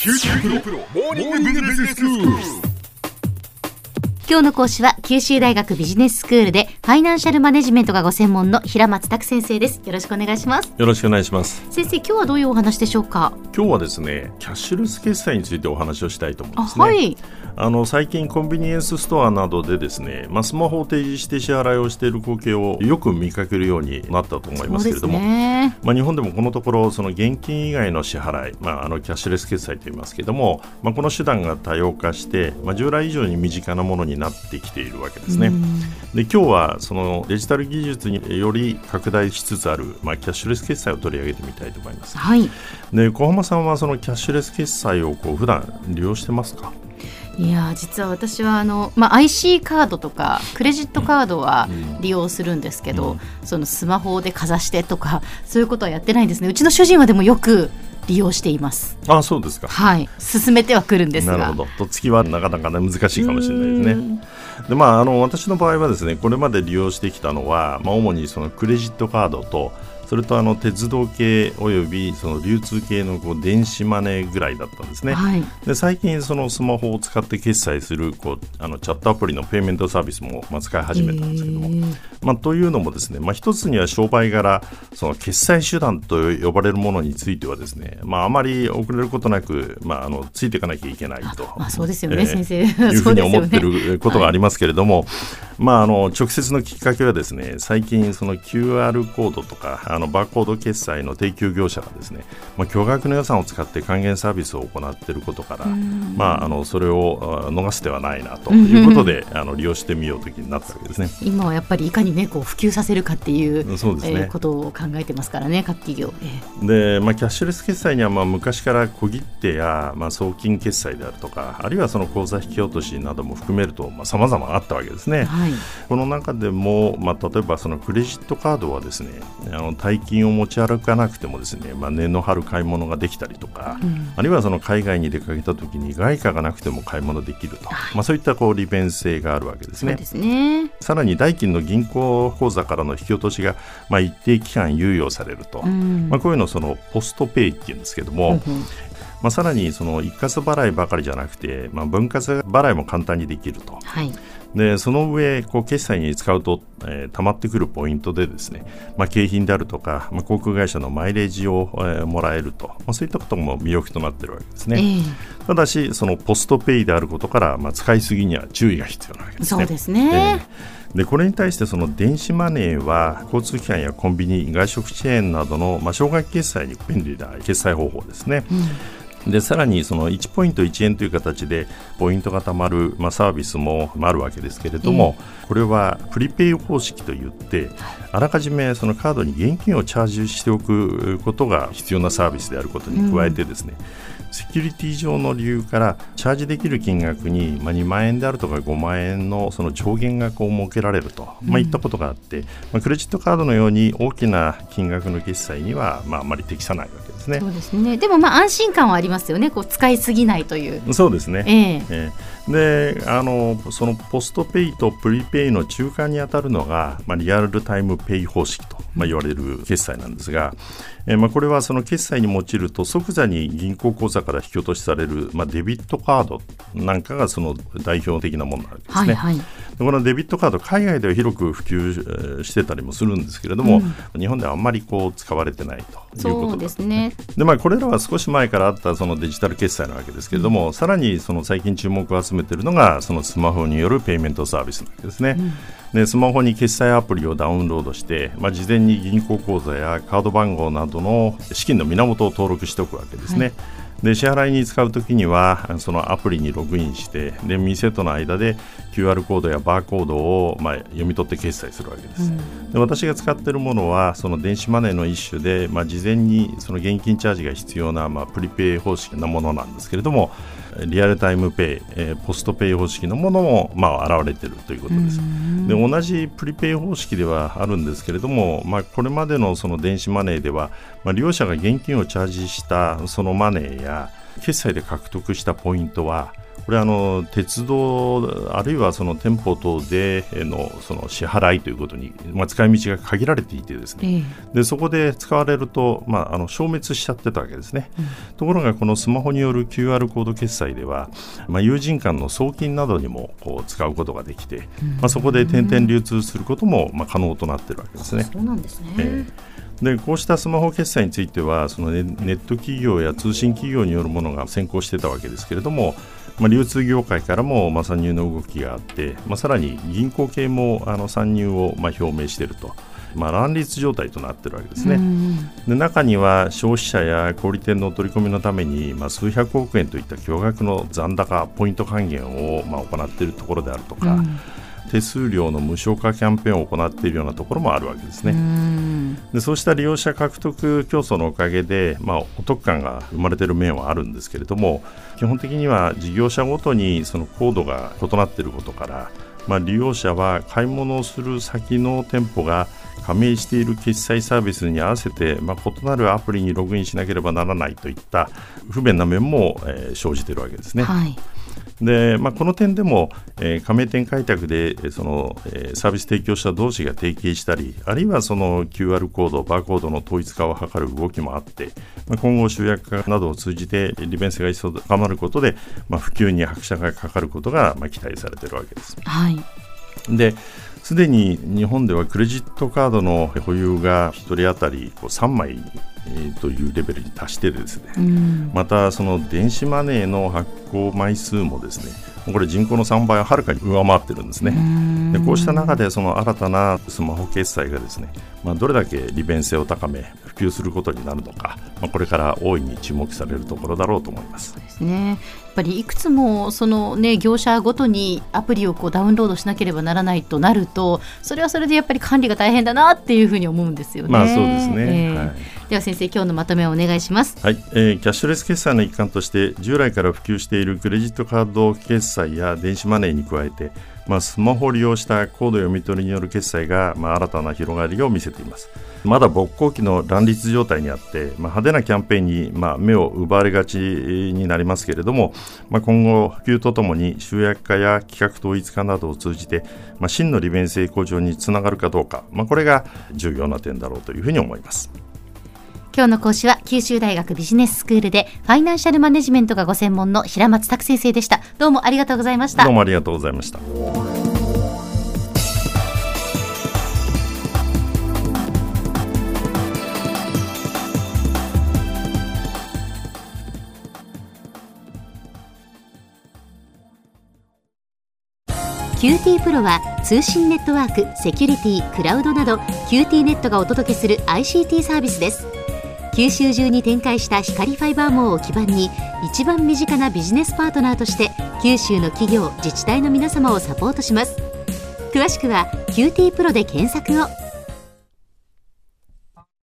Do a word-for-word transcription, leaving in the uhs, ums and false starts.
キューティープロモーニングビジネススクール。 今日の講師は九州大学ビジネススクールでファイナンシャルマネジメントがご専門の平松卓先生です。よろしくお願いします。 よろしくお願いします。 先生、今日はどういうお話でしょうか？ 今日はですね、キャッシュレス決済についてお話をしたいと思うんですね。 あ、はい。 あの最近コンビニエンスストアなどでですね、まあ、スマホを提示して支払いをしている光景をよく見かけるようになったと思いますけれども、ね、まあ、日本でもこのところその現金以外の支払い、まあ、あのキャッシュレス決済といいますけれども、まあ、この手段が多様化して、まあ、従来以上に身近なものになってきているわけですね。で、今日はそのデジタル技術により拡大しつつある、まあ、キャッシュレス決済を取り上げてみたいと思います。 はい。 で、小浜さんはそのキャッシュレス決済をこう普段利用してますか？ いや、実は私はあの、まあ、アイシー カードとかクレジットカードは利用するんですけど、うん、そのスマホでかざしてとかそういうことはやってないんですね。うちの主人はでもよく利用しています。 あ、そうですか。 はい、進めてはくるんですが。 なるほど。とっつきはなかなか、ね、難しいかもしれないですね。で、まあ、あの私の場合はですね、これまで利用してきたのは、まあ、主にそのクレジットカードとそれとあの鉄道系およびその流通系のこう電子マネーぐらいだったんですね。はい、で、最近そのスマホを使って決済するこうあのチャットアプリのペイメントサービスもまあ使い始めたんですけども、まあ、というのもですね、まあ、一つには商売柄その決済手段と呼ばれるものについてはですね、まあ、あまり遅れることなく、まあ、あのついていかなきゃいけないと、 まあ、そうですよね、えー、先生いうふうに思っていることがありますけれども、はい、まあ、あの直接のきっかけはですね、最近その キューアール コードとかあのバーコード決済の提供業者がですね、まあ、巨額の予算を使って還元サービスを行っていることから、まあ、あのそれを逃す手はないなということで、あの利用してみようという気になったわけですね。 今はやっぱりいかに、ね、こう普及させるかっていう、 そうですね、 えー、ことを考えてますからね、各企業、 えー、で、まあ、キャッシュレス決済にはまあ昔から小切手や、まあ、送金決済であるとか、あるいはその口座引き落としなども含めるとさまざまあったわけですね。はい、この中でも、まあ、例えばそのクレジットカードはですね、あの大金を持ち歩かなくてもですね、まあ、値の張る買い物ができたりとか、うん、あるいはその海外に出かけた時に外貨がなくても買い物できると、はい、まあ、そういったこう利便性があるわけですね。 そうですね。 さらに代金の銀行口座からの引き落としが、まあ、一定期間猶予されると、うん、まあ、こういうのをそのポストペイっていうんですけども、うんうん、まあ、さらにその一括払いばかりじゃなくて、まあ、分割払いも簡単にできると、はい、でその上こう決済に使うと、えー、溜まってくるポイントでですね、まあ、景品であるとか、まあ、航空会社のマイレージを、えー、もらえると、まあ、そういったことも魅力となっているわけですね。えー、ただしそのポストペイであることから、まあ、使いすぎには注意が必要なわけですね。 そうですね。 えー、でこれに対してその電子マネーは交通機関やコンビニ、外食チェーンなどの、まあ、少額決済に便利な決済方法ですね。うん、でさらにそのいちポイントいちえんという形でポイントがたまる、まあ、サービスもあるわけですけれども、えー、これはプリペイ方式といってあらかじめそのカードに現金をチャージしておくことが必要なサービスであることに加えてですね、うん、セキュリティ上の理由からチャージできる金額に、まあ、にまんえんであるとかごまんえんのその上限額を設けられると、まあ、いったことがあって、まあ、クレジットカードのように大きな金額の決済には、まあ、あまり適さないわけですね。 そうですね。でもまあ安心感はありますよね。こう使いすぎないという。 そうですね。 えーえー、であのそのポストペイとプリペイの中間に当たるのが、まあ、リアルタイムペイ方式と、まあ、言われる決済なんですが、えーまあ、これはその決済に用いると即座に銀行口座から引き落としされる、まあ、デビットカードなんかがその代表的なものなんですね。はいはい、でこのデビットカード海外では広く普及してたりもするんですけれども、うん、日本ではあんまりこう使われてないということそうですね。 で、まあ、これらは少し前からあったそのデジタル決済なわけですけれども、うん、さらにその最近注目を集めているのがそのスマホによるペイメントサービスなわけですね。うん、でスマホに決済アプリをダウンロードして、まあ、事前に銀行口座やカード番号などの資金の源を登録しておくわけですね。はい、で支払いに使うときにはそのアプリにログインしてで店との間で キューアール コードやバーコードをまあ読み取って決済するわけです。うん、で私が使っているものはその電子マネーの一種で、まあ、事前にその現金チャージが必要な、まあ、プリペイ方式なものなんですけれども、リアルタイムペイ、えー、ポストペイ方式のものも、まあ、現れているということです。で同じプリペイ方式ではあるんですけれども、まあ、これまでのその電子マネーでは、まあ、利用者が現金をチャージしたそのマネーや決済で獲得したポイントはこれはあの鉄道あるいはその店舗等でのその支払いということに、まあ、使い道が限られていてですね、えー、でそこで使われると、まあ、あの消滅しちゃってたわけですね、うん、ところがこのスマホによる キューアール コード決済では、まあ、友人間の送金などにもこう使うことができて、うんまあ、そこで点々流通することもまあ可能となっているわけですね。 そうなんですね、 えーでこうしたスマホ決済についてはそのネット企業や通信企業によるものが先行してたわけですけれども、まあ、流通業界からもまあ参入の動きがあって、まあ、さらに銀行系もあの参入をまあ表明していると、まあ、乱立状態となっているわけですね。で中には消費者や小売店の取り込みのために、まあ、数百億円といった巨額の残高ポイント還元をまあ行っているところであるとか、うん手数料の無償化キャンペーンを行っているようなところもあるわけですね。うんでそうした利用者獲得競争のおかげで、まあ、お得感が生まれている面はあるんですけれども、基本的には事業者ごとにそのコードが異なっていることから、まあ、利用者は買い物をする先の店舗が加盟している決済サービスに合わせて、まあ、異なるアプリにログインしなければならないといった不便な面も、えー、生じているわけですね。はいでまあ、この点でも、えー、加盟店開拓でその、えー、サービス提供者同士が提携したり、あるいはその キューアール コード、バーコードの統一化を図る動きもあって、まあ、今後集約化などを通じて利便性が一層高まることで、まあ、普及に拍車がかかることが、まあ、期待されているわけです。はい、ですでに日本ではクレジットカードの保有がひとり当たりこうさんまいというレベルに達してですね、うん、またその電子マネーの発行枚数もですね、これ人口のさんばいをはるかに上回ってるんですね。でこうした中でその新たなスマホ決済がですね、まあ、どれだけ利便性を高め普及することになるのか、まあ、これから大いに注目されるところだろうと思います。 そうですね、やっぱりいくつもその、ね、業者ごとにアプリをこうダウンロードしなければならないとなると、それはそれでやっぱり管理が大変だなっていうふうに思うんですよね。 まあそうですね、えーはい、では先生、今日のまとめをお願いします。 はい、えー、キャッシュレス決済の一環として従来から普及しているクレジットカード決済や電子マネーに加えて、まあ、スマホを利用したコード読み取りによる決済が、まあ、新たな広がりを見せています。まだ勃興期の乱立状態にあって、まあ、派手なキャンペーンに、まあ、目を奪われがちになりますけれども、まあ、今後普及とともに集約化や規格統一化などを通じて、まあ、真の利便性向上につながるかどうか、まあ、これが重要な点だろうというふうに思います。 今日の講師は九州大学ビジネススクールでファイナンシャルマネジメントがご専門の平松卓先生でした。どうもありがとうございました。 どうもありがとうございました。 キューティー プロは通信ネットワーク、セキュリティ、クラウドなど キューティー ネットがお届けする アイシーティー サービスです。九州中に展開した光ファイバー網を基盤に一番身近なビジネスパートナーとして九州の企業、自治体の皆様をサポートします。詳しくは キューティー プロで検索を。